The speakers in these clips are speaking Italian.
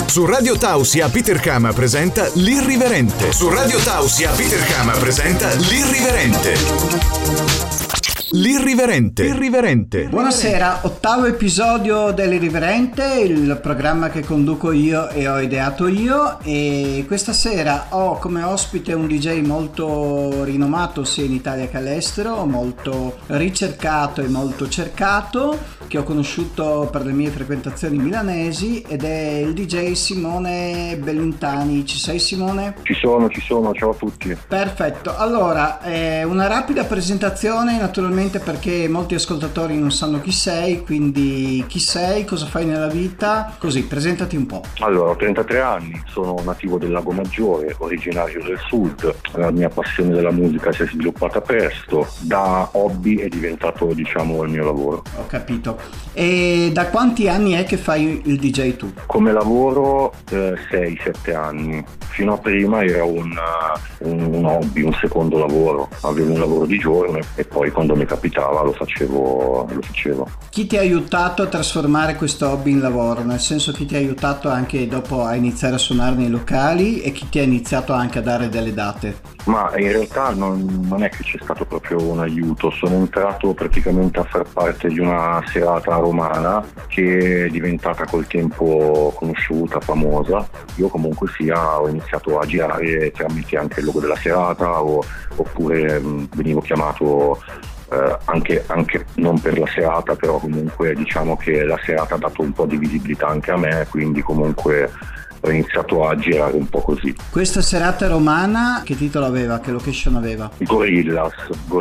Su Radio Tausia Peter Kama presenta L'Irriverente. Su Radio Tausia Peter Kama presenta L'Irriverente. L'Irriverente. Buonasera, 8º episodio dell'Irriverente, il programma che conduco io e ho ideato io, e questa sera ho come ospite un DJ molto rinomato sia in Italia che all'estero, molto ricercato e molto cercato, che ho conosciuto per le mie frequentazioni milanesi, ed è il DJ Simone Bellintani. Ci sei, Simone? Ci sono, ciao a tutti. Perfetto, allora una rapida presentazione naturalmente, perché molti ascoltatori non sanno chi sei, quindi chi sei, cosa fai nella vita, così presentati un po'. Allora, ho 33 anni, sono nativo del Lago Maggiore, originario del sud. La mia passione della musica si è sviluppata presto, da hobby è diventato, diciamo, il mio lavoro. Ho capito. E da quanti anni è che fai il DJ tu? Come lavoro 6-7 anni. Fino a prima era un hobby, un secondo lavoro. Avevo un lavoro di giorno e poi quando mi capitava lo facevo. Chi ti ha aiutato a trasformare questo hobby in lavoro? Nel senso, chi ti ha aiutato anche dopo a iniziare a suonare nei locali, e chi ti ha iniziato anche a dare delle date? Ma in realtà non è che c'è stato proprio un aiuto. Sono entrato praticamente a far parte di una serata romana che è diventata col tempo conosciuta, famosa. Io comunque sia ho iniziato a girare tramite anche il logo della serata, oppure venivo chiamato anche non per la serata, però comunque diciamo che la serata ha dato un po' di visibilità anche a me, quindi comunque ho iniziato a girare un po' così. Questa serata romana che titolo aveva? Che location aveva? Gorillas,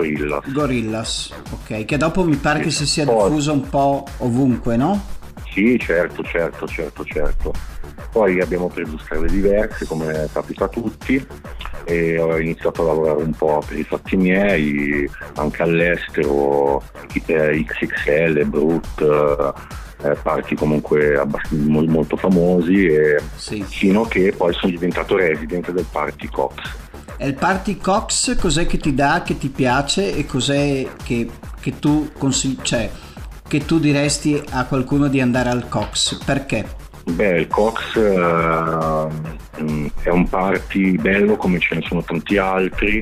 ok, che dopo mi pare che si sia diffuso un po' ovunque, no? Sì, certo. Poi abbiamo preso strade diverse, come capita a tutti, e ho iniziato a lavorare un po' per i fatti miei, anche all'estero, XXL, Brut, party comunque molto famosi, e sì. Fino che poi sono diventato resident del Party Cox. E il Party Cox cos'è che ti dà, che ti piace, e cos'è che tu consigli, cioè che tu diresti a qualcuno di andare al Cox? Perché? Beh, il Cox è un party bello come ce ne sono tanti altri,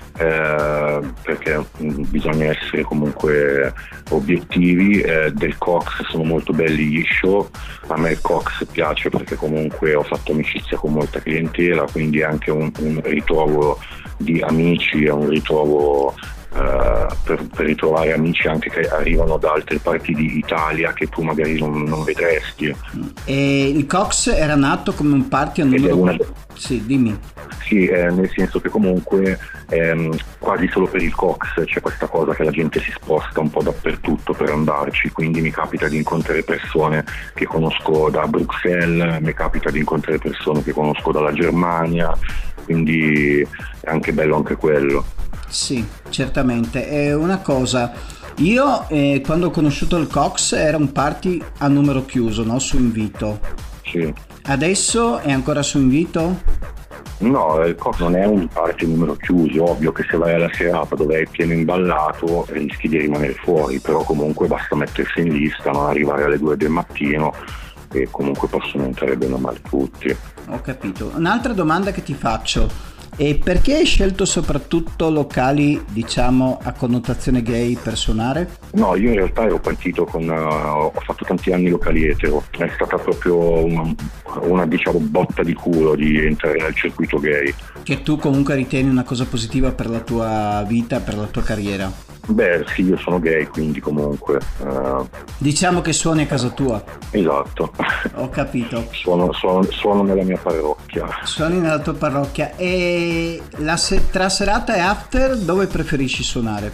perché bisogna essere comunque obiettivi. Del Cox sono molto belli gli show. A me il Cox piace perché comunque ho fatto amicizia con molta clientela, quindi è anche un ritrovo di amici, è un ritrovo per ritrovare amici anche che arrivano da altre parti d'Italia che tu magari non vedresti. E il Cox era nato come un party a numero... Sì, dimmi. Sì, nel senso che comunque quasi solo per il Cox c'è questa cosa che la gente si sposta un po' dappertutto per andarci, quindi mi capita di incontrare persone che conosco da Bruxelles, mi capita di incontrare persone che conosco dalla Germania, quindi è anche bello anche quello. Sì, certamente. È una cosa, io quando ho conosciuto il Cox era un party a numero chiuso, no? Su invito. Sì. Adesso è ancora su invito? No, il Cox non è un party a numero chiuso. Ovvio che se vai alla serata dove è pieno imballato rischi di rimanere fuori, però comunque basta mettersi in lista, non arrivare alle 2 del mattino, e comunque possono entrare bene o male tutti. Ho capito. Un'altra domanda che ti faccio: e perché hai scelto soprattutto locali, diciamo, a connotazione gay per suonare? No, io in realtà ero partito ho fatto tanti anni locali etero. È stata proprio una diciamo botta di culo di entrare nel circuito gay. Che tu comunque ritieni una cosa positiva per la tua vita, per la tua carriera? Beh sì, io sono gay, quindi comunque diciamo che suoni a casa tua. Esatto. Ho capito. Suono nella mia parrocchia. Suoni nella tua parrocchia. E tra serata e after dove preferisci suonare?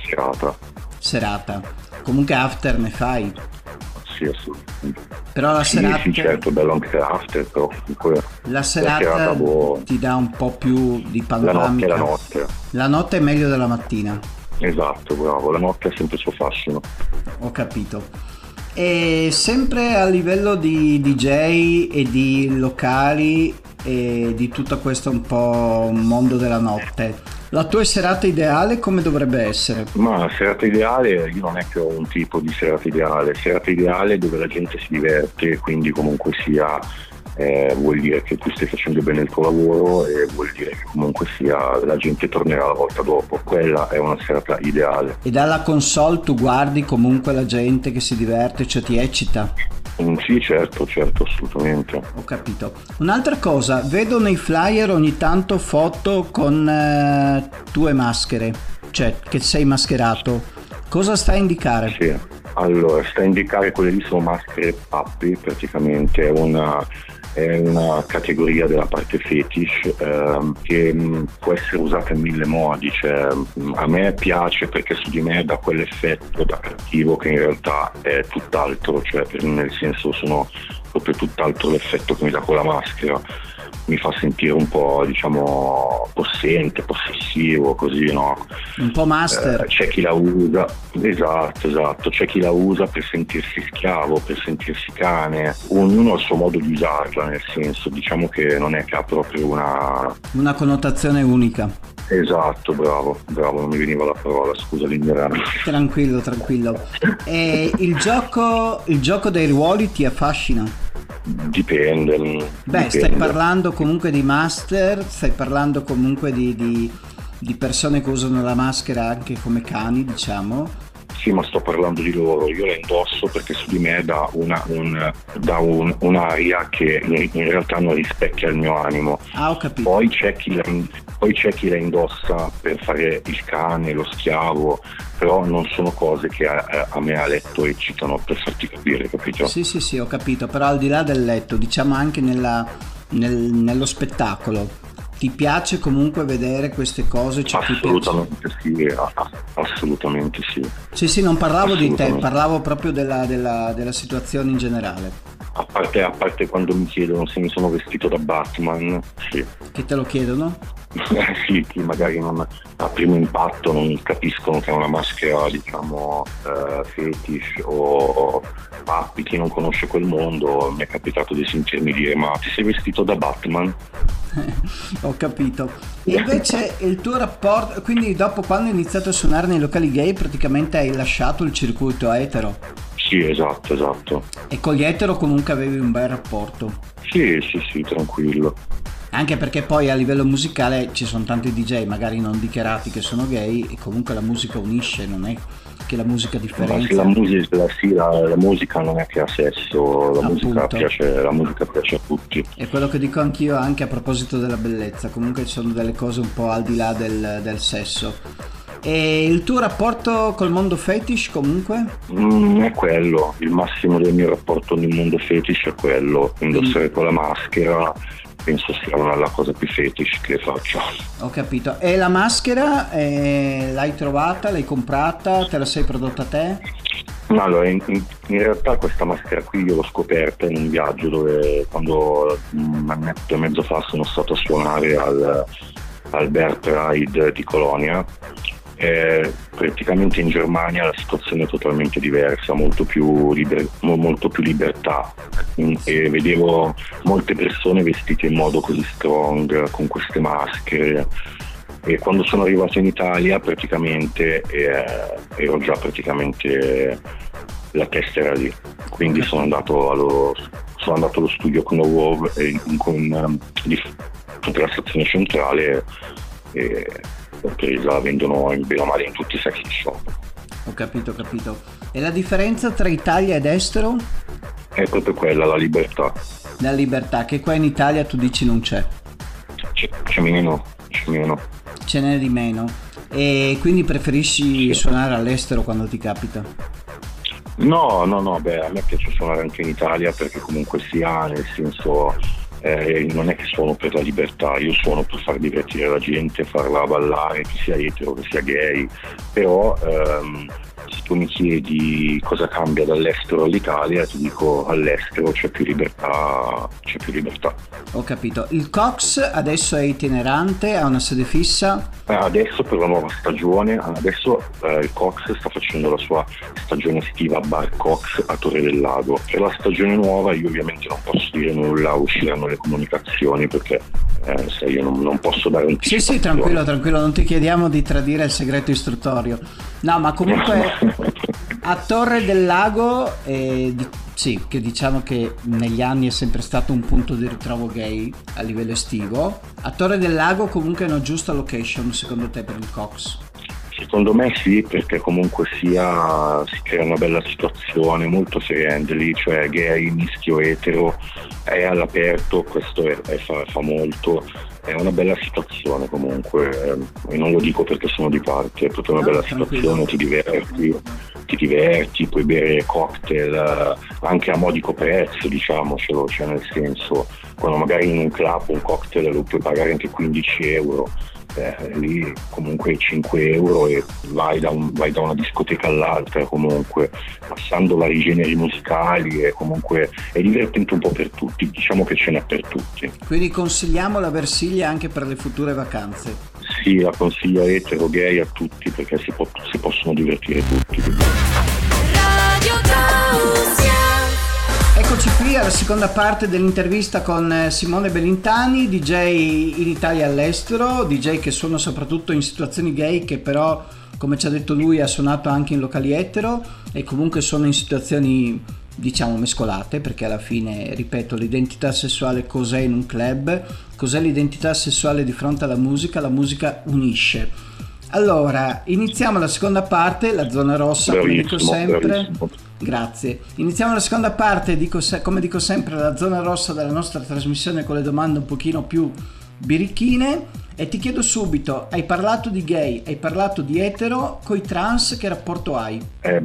Serata. Comunque after ne fai? Sì, assolutamente. Però la serata... Sì, certo, bello anche after, però comunque la serata ti dà un po' più di panoramica. La notte. La notte è meglio della mattina. Esatto, bravo, la notte ha sempre il suo fascino. Ho capito. E sempre a livello di DJ e di locali e di tutto questo un po' mondo della notte, la tua serata ideale come dovrebbe essere? Ma serata ideale, io non è che ho un tipo di serata ideale dove la gente si diverte, quindi comunque sia vuol dire che tu stai facendo bene il tuo lavoro e vuol dire che comunque sia la gente tornerà la volta dopo. Quella è una serata ideale. E dalla console tu guardi comunque la gente che si diverte, cioè ti eccita? Sì, certo, assolutamente. Ho capito. Un'altra cosa, vedo nei flyer ogni tanto foto con tue maschere, cioè che sei mascherato. Cosa sta a indicare? Sì, allora sta a indicare quelle lì sono maschere puppy, praticamente è una categoria della parte fetish che può essere usata in mille modi, cioè, a me piace perché su di me dà quell'effetto da cattivo che in realtà è tutt'altro, cioè nel senso sono proprio tutt'altro l'effetto che mi dà quella maschera, mi fa sentire un po', diciamo, possente, possessivo, così, no? Un po' master. C'è chi la usa, esatto, c'è chi la usa per sentirsi schiavo, per sentirsi cane, ognuno ha il suo modo di usarla, nel senso, diciamo che non è che ha proprio una connotazione unica. Esatto, bravo, non mi veniva la parola, scusa l'ignoranza. Tranquillo. E il gioco dei ruoli ti affascina? Dipende. Stai parlando comunque di master, stai parlando comunque di persone che usano la maschera anche come cani, diciamo. Sì, ma sto parlando di loro, io la indosso perché su di me dà un'aria che in realtà non rispecchia il mio animo. Ah, ho capito. Poi c'è chi la indossa per fare il cane, lo schiavo, però non sono cose che a me a letto eccitano, per farti capire, capito? Sì, ho capito, però al di là del letto, diciamo anche nello spettacolo, ti piace comunque vedere queste cose? Cioè, assolutamente sì. Sì, non parlavo di te, parlavo proprio della situazione in generale. A parte quando mi chiedono se mi sono vestito da Batman, sì. Che te lo chiedono? Sì, che magari a primo impatto non capiscono che è una maschera, diciamo, fetish o pappi, chi non conosce quel mondo, mi è capitato di sentirmi dire: ma ti sei vestito da Batman? Ho capito. E invece il tuo rapporto, quindi dopo quando hai iniziato a suonare nei locali gay praticamente hai lasciato il circuito etero? Sì, esatto. E con gli etero comunque avevi un bel rapporto? Sì, tranquillo. Anche perché poi a livello musicale ci sono tanti DJ magari non dichiarati che sono gay e comunque la musica unisce, non è che la musica differenzia. La musica non è che ha sesso, la musica piace a tutti. È quello che dico anch'io anche a proposito della bellezza, comunque ci sono delle cose un po' al di là del sesso. E il tuo rapporto col mondo fetish comunque? È quello, il massimo del mio rapporto nel mondo fetish è quello, indossare con la maschera. Penso sia la cosa più fetish che faccio. Ho capito. E la maschera l'hai trovata, l'hai comprata, te la sei prodotta te? Allora, in realtà questa maschera qui io l'ho scoperta in un viaggio dove quando un annetto e mezzo fa sono stato a suonare al Bear Pride di Colonia. Praticamente in Germania la situazione è totalmente diversa, molto più libertà, e vedevo molte persone vestite in modo così strong con queste maschere, e quando sono arrivato in Italia praticamente ero già praticamente, la testa era lì, quindi sono andato allo studio con Wow di fronte alla stazione centrale e la vendono bene o male in tutti i sex shop. Ho capito. E la differenza tra Italia ed estero? È proprio quella, la libertà. La libertà, che qua in Italia tu dici non c'è. C'è meno. Ce n'è di meno. E quindi preferisci suonare all'estero quando ti capita? No, a me piace suonare anche in Italia perché comunque sia, nel senso, non è che suono per la libertà, io suono per far divertire la gente, farla ballare, che sia etero, che sia gay, però se tu mi chiedi cosa cambia dall'estero all'Italia, ti dico all'estero c'è più libertà. Ho capito. Il Cox adesso è itinerante, ha una sede fissa? Adesso per la nuova stagione, il Cox sta facendo la sua stagione estiva a Bar Cox a Torre del Lago. Per la stagione nuova io ovviamente non posso dire nulla, usciranno le comunicazioni perché se io non posso dare un Sì, tranquillo, non ti chiediamo di tradire il segreto istruttorio. No, ma comunque a Torre del Lago Sì, che diciamo che negli anni è sempre stato un punto di ritrovo gay a livello estivo. A Torre del Lago comunque è una giusta location secondo te per il Cox? Secondo me sì, perché comunque sia si crea una bella situazione, molto friendly, cioè gay, mischio, etero, è all'aperto, questo fa molto, è una bella situazione comunque, e non lo dico perché sono di parte, è proprio una bella situazione, ti diverti, puoi bere cocktail anche a modico prezzo, diciamocelo, cioè nel senso, quando magari in un club un cocktail lo puoi pagare anche 15 euro, lì comunque 5 euro e vai da una discoteca all'altra, comunque passando vari generi musicali, e comunque è divertente un po' per tutti, diciamo che ce n'è per tutti. Quindi consigliamo la Versiglia anche per le future vacanze? Sì, la consiglio etero, gay, a tutti, perché si possono divertire tutti. Radio Tausia. Eccoci qui alla seconda parte dell'intervista con Simone Belintani, DJ in Italia e all'estero, DJ che suona soprattutto in situazioni gay, che però, come ci ha detto lui, ha suonato anche in locali etero e comunque suona in situazioni, diciamo, mescolate, perché alla fine, ripeto, l'identità sessuale cos'è in un club, cos'è l'identità sessuale di fronte alla musica unisce. Allora, iniziamo la seconda parte, la zona rossa, come dico sempre. Bravissimo. Grazie. Iniziamo la seconda parte, come dico sempre, la zona rossa della nostra trasmissione, con le domande un pochino più birichine, e ti chiedo subito, hai parlato di gay, hai parlato di etero, coi trans che rapporto hai?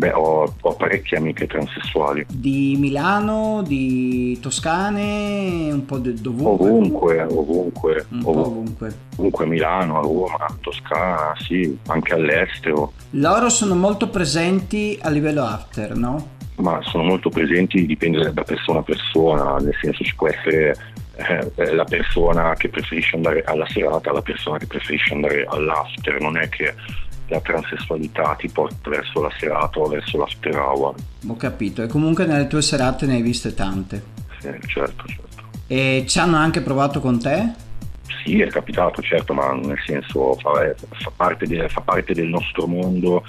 Ho parecchie amiche transessuali. Di Milano, di Toscane, un po' dovunque? Ovunque. Ovunque, Milano, Roma, Toscana, sì, anche all'estero. Loro sono molto presenti a livello after, no? Ma sono molto presenti, dipende da persona a persona, nel senso ci può essere la persona che preferisce andare alla serata, la persona che preferisce andare all'after, non è che la transessualità ti porta verso la serata o verso l'after hour. Ho capito, e comunque nelle tue serate ne hai viste tante? Sì, certo. E ci hanno anche provato con te? Sì, è capitato, certo, ma nel senso fa parte del nostro mondo,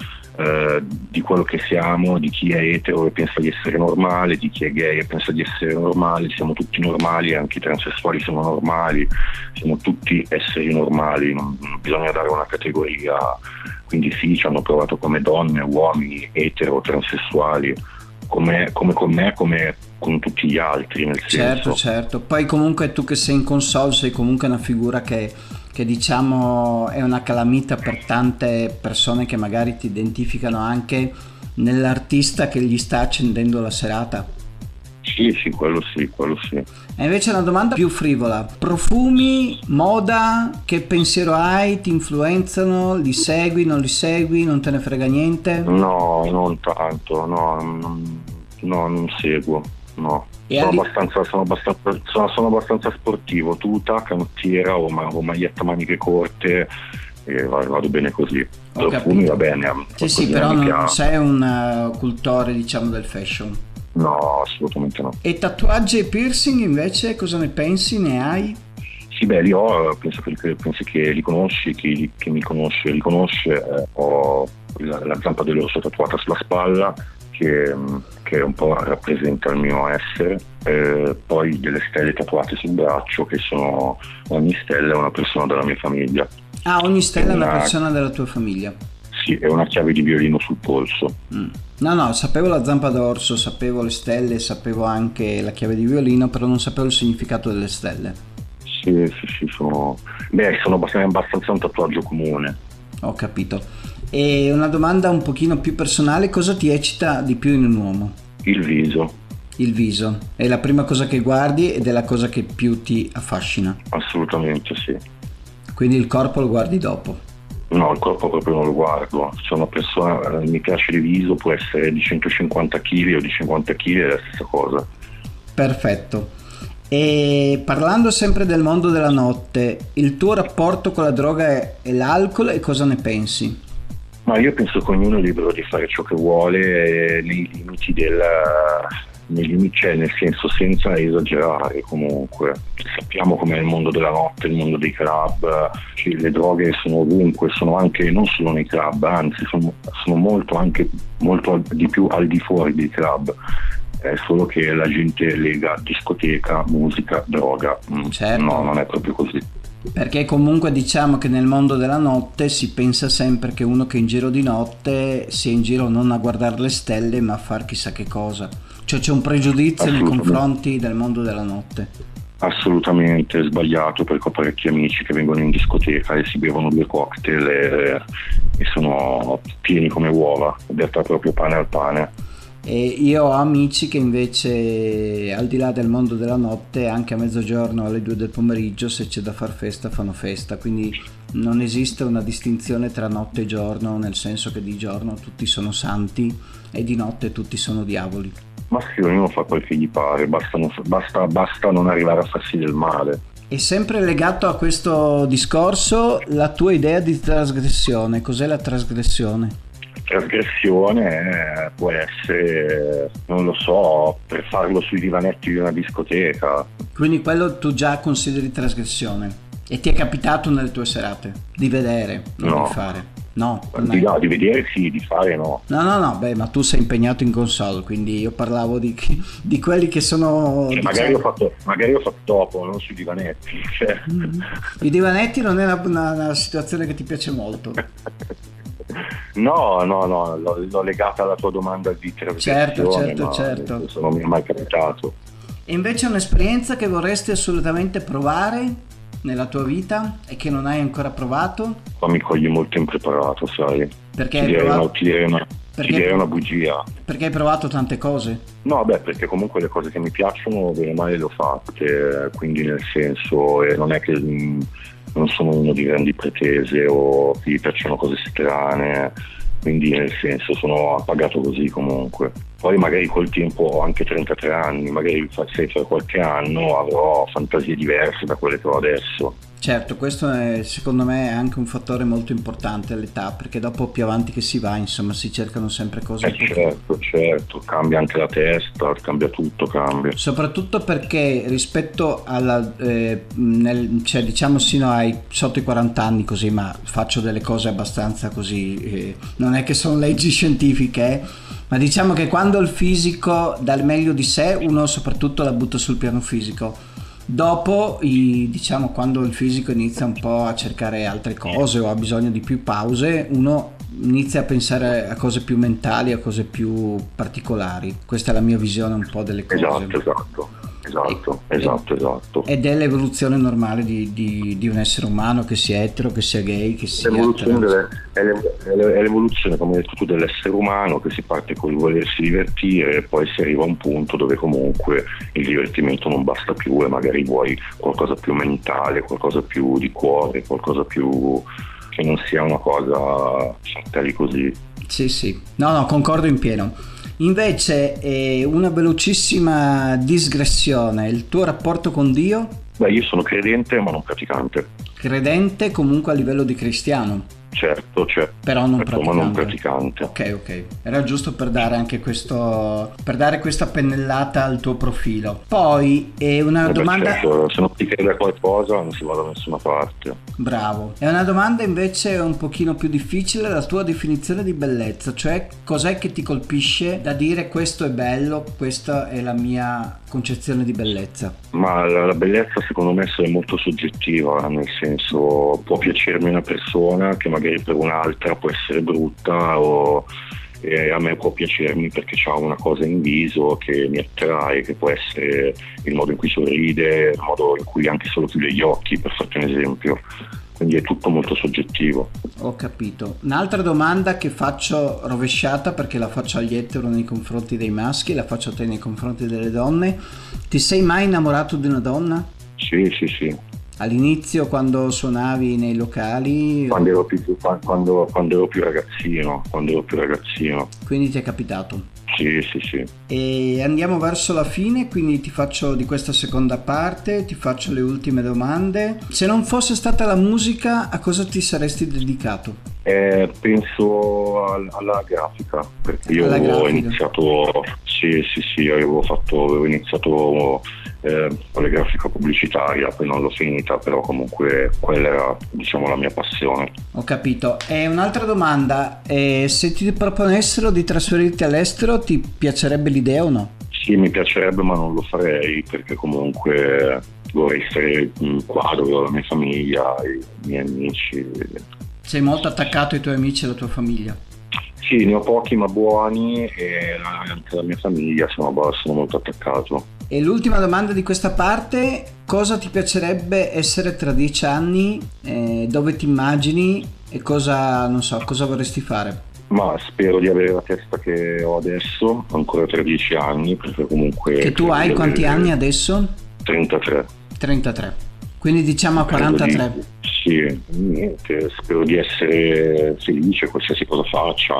di quello che siamo, di chi è etero e pensa di essere normale, di chi è gay e pensa di essere normale. Siamo tutti normali, anche i transessuali sono normali, siamo tutti esseri normali, non bisogna dare una categoria. Quindi sì, ci hanno provato come donne, uomini, etero, transessuali, come con me, come con tutti gli altri, nel senso. Certo. Poi comunque tu che sei in console sei comunque una figura che diciamo è una calamita per tante persone che magari ti identificano anche nell'artista che gli sta accendendo la serata. Sì, quello sì. E invece una domanda più frivola: profumi, moda, che pensiero hai? Ti influenzano? Li segui, non li segui? Non te ne frega niente? No, non tanto, non seguo, no. Sono abbastanza sportivo, tuta, canottiera o maglietta maniche corte, e vado bene così. Profumi va bene. Sì, però non sei un cultore, diciamo, del fashion. No, assolutamente no. E tatuaggi e piercing invece cosa ne pensi? Ne hai? Sì, li ho, penso che li conosci, chi mi conosce li conosce. Ho la zampa dell'orso tatuata sulla spalla, che un po' rappresenta il mio essere, poi delle stelle tatuate sul braccio, che sono, ogni stella è una persona della mia famiglia. Ah, ogni stella è una persona della tua famiglia? Sì, è una chiave di violino sul polso. No, sapevo la zampa d'orso, sapevo le stelle, sapevo anche la chiave di violino, però non sapevo il significato delle stelle. Sì, sono abbastanza un tatuaggio comune. Ho capito. E una domanda un pochino più personale: cosa ti eccita di più in un uomo? Il viso. Il viso è la prima cosa che guardi ed è la cosa che più ti affascina? Assolutamente sì. Quindi il corpo lo guardi dopo? No, il corpo proprio non lo guardo. Se una persona mi piace il viso, può essere di 150 kg o di 50 kg, è la stessa cosa. Perfetto. E parlando sempre del mondo della notte, il tuo rapporto con la droga e l'alcol, e cosa ne pensi? Ma io penso che ognuno è libero di fare ciò che vuole nei limiti, cioè nel senso, senza esagerare. Comunque sappiamo com'è il mondo della notte, il mondo dei club, cioè, le droghe sono ovunque, sono anche non solo nei club, anzi sono molto di più al di fuori dei club. È solo che la gente lega discoteca, musica, droga. Certo. No, non è proprio così. Perché comunque diciamo che nel mondo della notte si pensa sempre che uno che è in giro di notte sia in giro non a guardare le stelle ma a far chissà che cosa. Cioè c'è un pregiudizio nei confronti del mondo della notte. Assolutamente sbagliato, perché ho parecchi amici che vengono in discoteca e si bevono 2 cocktail e sono pieni come uova, detta proprio pane al pane. E io ho amici che invece al di là del mondo della notte anche a mezzogiorno alle 2 del pomeriggio se c'è da far festa fanno festa, quindi non esiste una distinzione tra notte e giorno, nel senso che di giorno tutti sono santi e di notte tutti sono diavoli. Ma sì, ognuno fa quel che gli pare, basta non arrivare a farsi del male. E sempre legato a questo discorso la tua idea di trasgressione, cos'è la trasgressione? Trasgressione può essere, non lo so, per farlo sui divanetti di una discoteca. Quindi quello tu già consideri trasgressione e ti è capitato nelle tue serate di vedere, non No. di fare? No, Di vedere sì, di fare no. no, beh, ma tu sei impegnato in console, quindi io parlavo di quelli che sono... Che magari ho fatto dopo, non sui divanetti. Cioè. I divanetti non è una situazione che ti piace molto. No, l'ho legata alla tua domanda di trasgressione. Certo. Questo non mi è mai capitato. E invece un'esperienza che vorresti assolutamente provare nella tua vita e che non hai ancora provato? Qua mi cogli molto impreparato, sai. Perché Ti hai direi provato? ti direi una bugia. Perché hai provato tante cose? No, beh, perché comunque le cose che mi piacciono, bene o male le ho fatte, quindi nel senso, non è che non sono uno di grandi pretese o che gli piacciono cose strane, quindi nel senso sono appagato così comunque. Poi magari col tempo ho anche 33 anni, magari fra qualche anno avrò fantasie diverse da quelle che ho adesso. Certo, questo è secondo me è anche un fattore molto importante all'età, perché dopo più avanti che si va, insomma, si cercano sempre cose un po' Certo, cambia anche la testa, cambia tutto, cambia. soprattutto perché rispetto alla cioè diciamo sino ai sotto i 40 anni così, ma faccio delle cose abbastanza così, non è che sono leggi scientifiche, ma diciamo che quando il fisico dà il meglio di sé uno soprattutto la butta sul piano fisico. Dopo, diciamo, quando il fisico inizia un po' a cercare altre cose o ha bisogno di più pause, uno inizia a pensare a cose più mentali, a cose più particolari. Questa è la mia visione un po' delle cose. Esatto. Ed è l'evoluzione normale di un essere umano, che sia etero, che sia gay, che sia... È l'evoluzione, come hai detto tu, dell'essere umano, che si parte col volersi divertire e poi si arriva a un punto dove comunque il divertimento non basta più e magari vuoi qualcosa più mentale, qualcosa più di cuore, qualcosa più che non sia una cosa fatta di così. Sì, no, concordo in pieno. Invece una velocissima digressione, il tuo rapporto con Dio? Beh, io sono credente ma non praticante. Credente comunque a livello di cristiano? Certo, però non certo, ma non praticante. Ok, era giusto per dare anche per dare questa pennellata al tuo profilo. Poi è una domanda, certo, se non ti crede a qualcosa non si va da nessuna parte. Bravo. È una domanda invece un pochino più difficile, la tua definizione di bellezza, cioè cos'è che ti colpisce da dire questo è bello, questa è la mia concezione di bellezza? Ma la bellezza secondo me è molto soggettiva, nel senso può piacermi una persona che magari per un'altra può essere brutta e a me può piacermi perché ha una cosa in viso che mi attrae, che può essere il modo in cui sorride, il modo in cui anche solo chiude gli occhi, per farti un esempio. Quindi è tutto molto soggettivo. Ho capito. Un'altra domanda che faccio rovesciata, perché la faccio agli etero nei confronti dei maschi, la faccio a te nei confronti delle donne. Ti sei mai innamorato di una donna? Sì. All'inizio, quando suonavi nei locali? Quando ero più ragazzino. Quindi ti è capitato? Sì. E andiamo verso la fine, quindi ti faccio di questa seconda parte, ti faccio le ultime domande. Se non fosse stata la musica, a cosa ti saresti dedicato? Penso alla grafica, perché io avevo iniziato, avevo iniziato con la grafica pubblicitaria, poi non l'ho finita, però comunque quella era, diciamo, la mia passione. Ho capito. E un'altra domanda, se ti proponessero di trasferirti all'estero, ti piacerebbe l'idea o no? Sì, mi piacerebbe, ma non lo farei perché comunque vorrei stare in quadro con la mia famiglia, i miei amici. Sei molto attaccato ai tuoi amici e alla tua famiglia. Sì, ne ho pochi ma buoni e anche la mia famiglia sono molto attaccato. E l'ultima domanda di questa parte: cosa ti piacerebbe essere tra 10 anni? Dove ti immagini e cosa, non so, cosa vorresti fare? Ma spero di avere la testa che ho adesso, ancora tra 10 anni, perché comunque... Che tu hai quanti anni adesso? 33. 33. Quindi diciamo a 43. Sì, niente, spero di essere felice qualsiasi cosa faccia,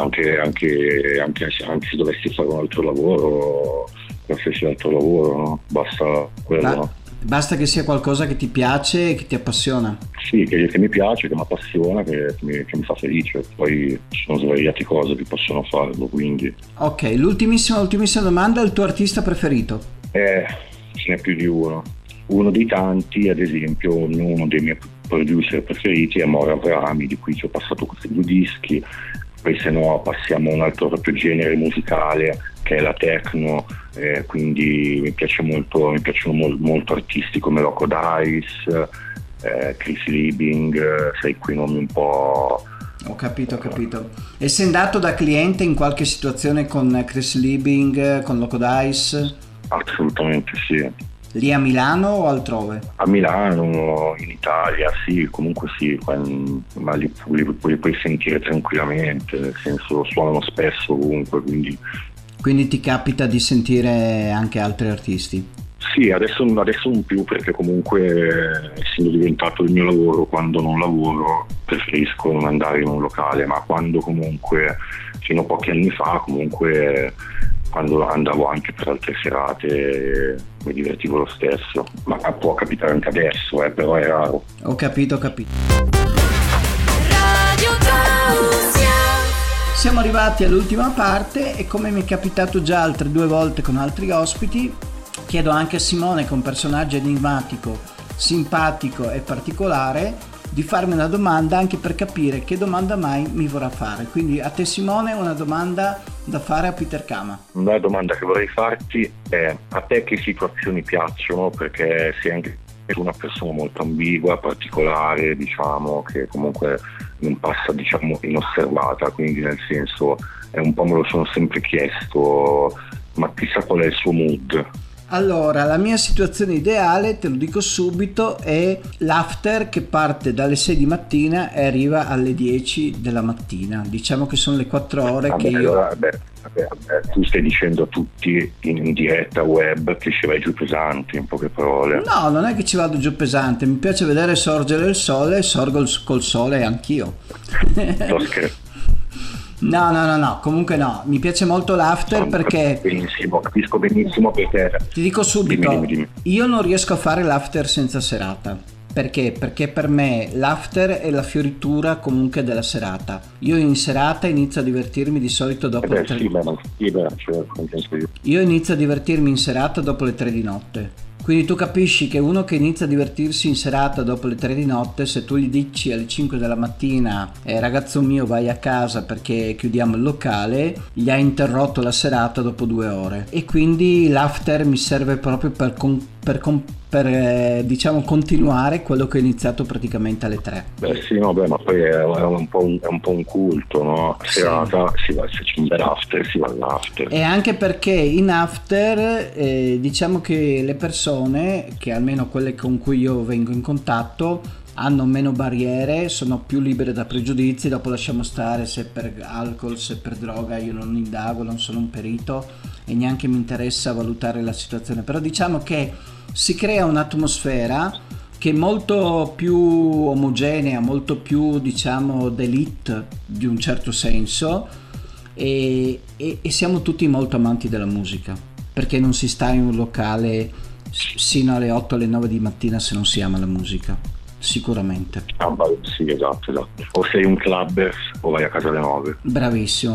anche se dovessi fare un altro lavoro, qualsiasi altro lavoro, no? Basta quello, no? Basta che sia qualcosa che ti piace e che ti appassiona. Sì, che mi piace, che mi appassiona, che mi fa felice. Poi ci sono svariate cose che possono farlo, quindi... Ok, l'ultimissima domanda: il tuo artista preferito? Ce n'è più di uno. Uno dei tanti, ad esempio, uno dei miei producer preferiti è Mauro Avrami, di cui ci ho passato questi 2 dischi. Poi se no passiamo a un altro proprio genere musicale che è la techno, quindi mi piacciono molto artisti come Loco Dice, Chris Liebing, sai, quei nomi un po'... Ho capito. E sei andato da cliente in qualche situazione con Chris Liebing, con Loco Dice? Assolutamente sì. Lì a Milano o altrove? A Milano, in Italia, sì, comunque sì, ma li puoi sentire tranquillamente, nel senso suonano spesso ovunque, quindi... Quindi ti capita di sentire anche altri artisti? Sì, adesso non più, perché comunque essendo diventato il mio lavoro, quando non lavoro preferisco non andare in un locale, ma quando comunque, fino a pochi anni fa, comunque... quando andavo anche per altre serate mi divertivo lo stesso, ma può capitare anche adesso, però è raro. Ho capito. Radio Tausia. Siamo arrivati all'ultima parte e, come mi è capitato già altre 2 volte con altri ospiti, chiedo anche a Simone, che è un personaggio enigmatico, simpatico e particolare, di farmi una domanda anche per capire che domanda mai mi vorrà fare. Quindi a te, Simone, una domanda da fare a Peter Kama. La domanda che vorrei farti è: a te che situazioni piacciono? Perché sei anche una persona molto ambigua, particolare, diciamo, che comunque non passa, diciamo, inosservata, quindi nel senso è un po', me lo sono sempre chiesto, ma chissà qual è il suo mood. Allora, la mia situazione ideale, te lo dico subito, è l'after che parte dalle 6 di mattina e arriva alle 10 della mattina. Diciamo che sono le 4 ore che io... Allora, tu stai dicendo a tutti in diretta web che ci vai giù pesante, in poche parole. No, non è che ci vado giù pesante, mi piace vedere sorgere il sole e sorgo col sole anch'io. Sto scherzando. No, comunque no, mi piace molto l'after perché... Capisco benissimo perché... Ti dico subito, dimmi. Io non riesco a fare l'after senza serata. Perché? Perché per me l'after è la fioritura comunque della serata. Io in serata inizio a divertirmi di solito dopo le 3 di notte. Io inizio a divertirmi in serata dopo le 3 di notte. Quindi tu capisci che uno che inizia a divertirsi in serata dopo le 3 di notte, se tu gli dici alle 5 della mattina ragazzo mio vai a casa perché chiudiamo il locale, gli ha interrotto la serata dopo 2 ore. E quindi l'after mi serve proprio per diciamo continuare quello che ho iniziato praticamente alle 3. Ma poi è un po' un culto, no? A serata si va, se c'è un bel after si va all'after. E anche perché in after diciamo che le persone, che almeno quelle con cui io vengo in contatto, hanno meno barriere, sono più libere da pregiudizi. Dopo lasciamo stare se per alcol, se per droga, io non indago, non sono un perito e neanche mi interessa valutare la situazione, però diciamo che si crea un'atmosfera che è molto più omogenea, molto più, diciamo, d'élite di un certo senso, e siamo tutti molto amanti della musica, perché non si sta in un locale sino alle 8, alle 9 di mattina se non si ama la musica, sicuramente. Sì, esatto. O sei un clubber o vai a casa alle 9. Bravissimo.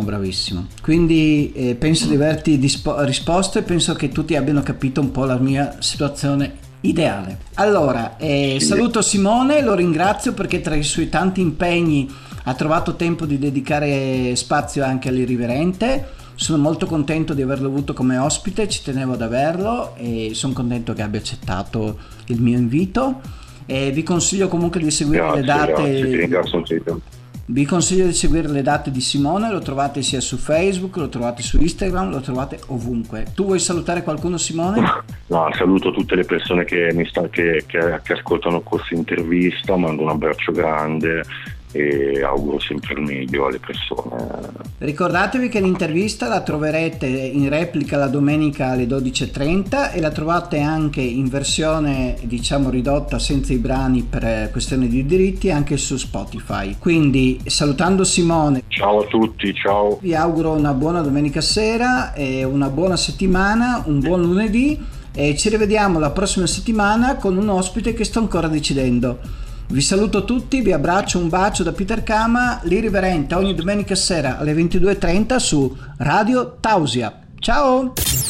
Quindi penso di averti risposto e penso che tutti abbiano capito un po' la mia situazione ideale. Allora, saluto Simone, lo ringrazio perché tra i suoi tanti impegni ha trovato tempo di dedicare spazio anche all'Irriverente. Sono molto contento di averlo avuto come ospite, ci tenevo ad averlo e sono contento che abbia accettato il mio invito. E vi consiglio comunque di seguire le date. Grazie, ti ringrazio anche. Vi consiglio di seguire le date di Simone, lo trovate sia su Facebook, lo trovate su Instagram, lo trovate ovunque. Tu vuoi salutare qualcuno, Simone? No, saluto tutte le persone che ascoltano questa intervista, mando un abbraccio grande e auguro sempre il meglio alle persone. Ricordatevi che l'intervista la troverete in replica la domenica alle 12:30 e la trovate anche in versione diciamo ridotta senza i brani per questioni di diritti anche su Spotify. Quindi salutando Simone, Ciao a tutti, ciao. vi auguro una buona domenica sera e una buona settimana, un buon lunedì e ci rivediamo la prossima settimana con un ospite che sto ancora decidendo. Vi saluto tutti, vi abbraccio, un bacio da Peter Kama, l'Irriverente ogni domenica sera alle 22:30 su Radio Tausia. Ciao!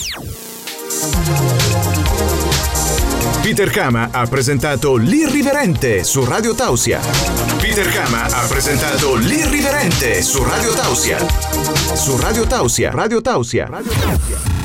Peter Kama ha presentato L'Irriverente su Radio Tausia. Peter Kama ha presentato L'Irriverente su Radio Tausia. Su Radio Tausia. Radio Tausia. Radio Tausia.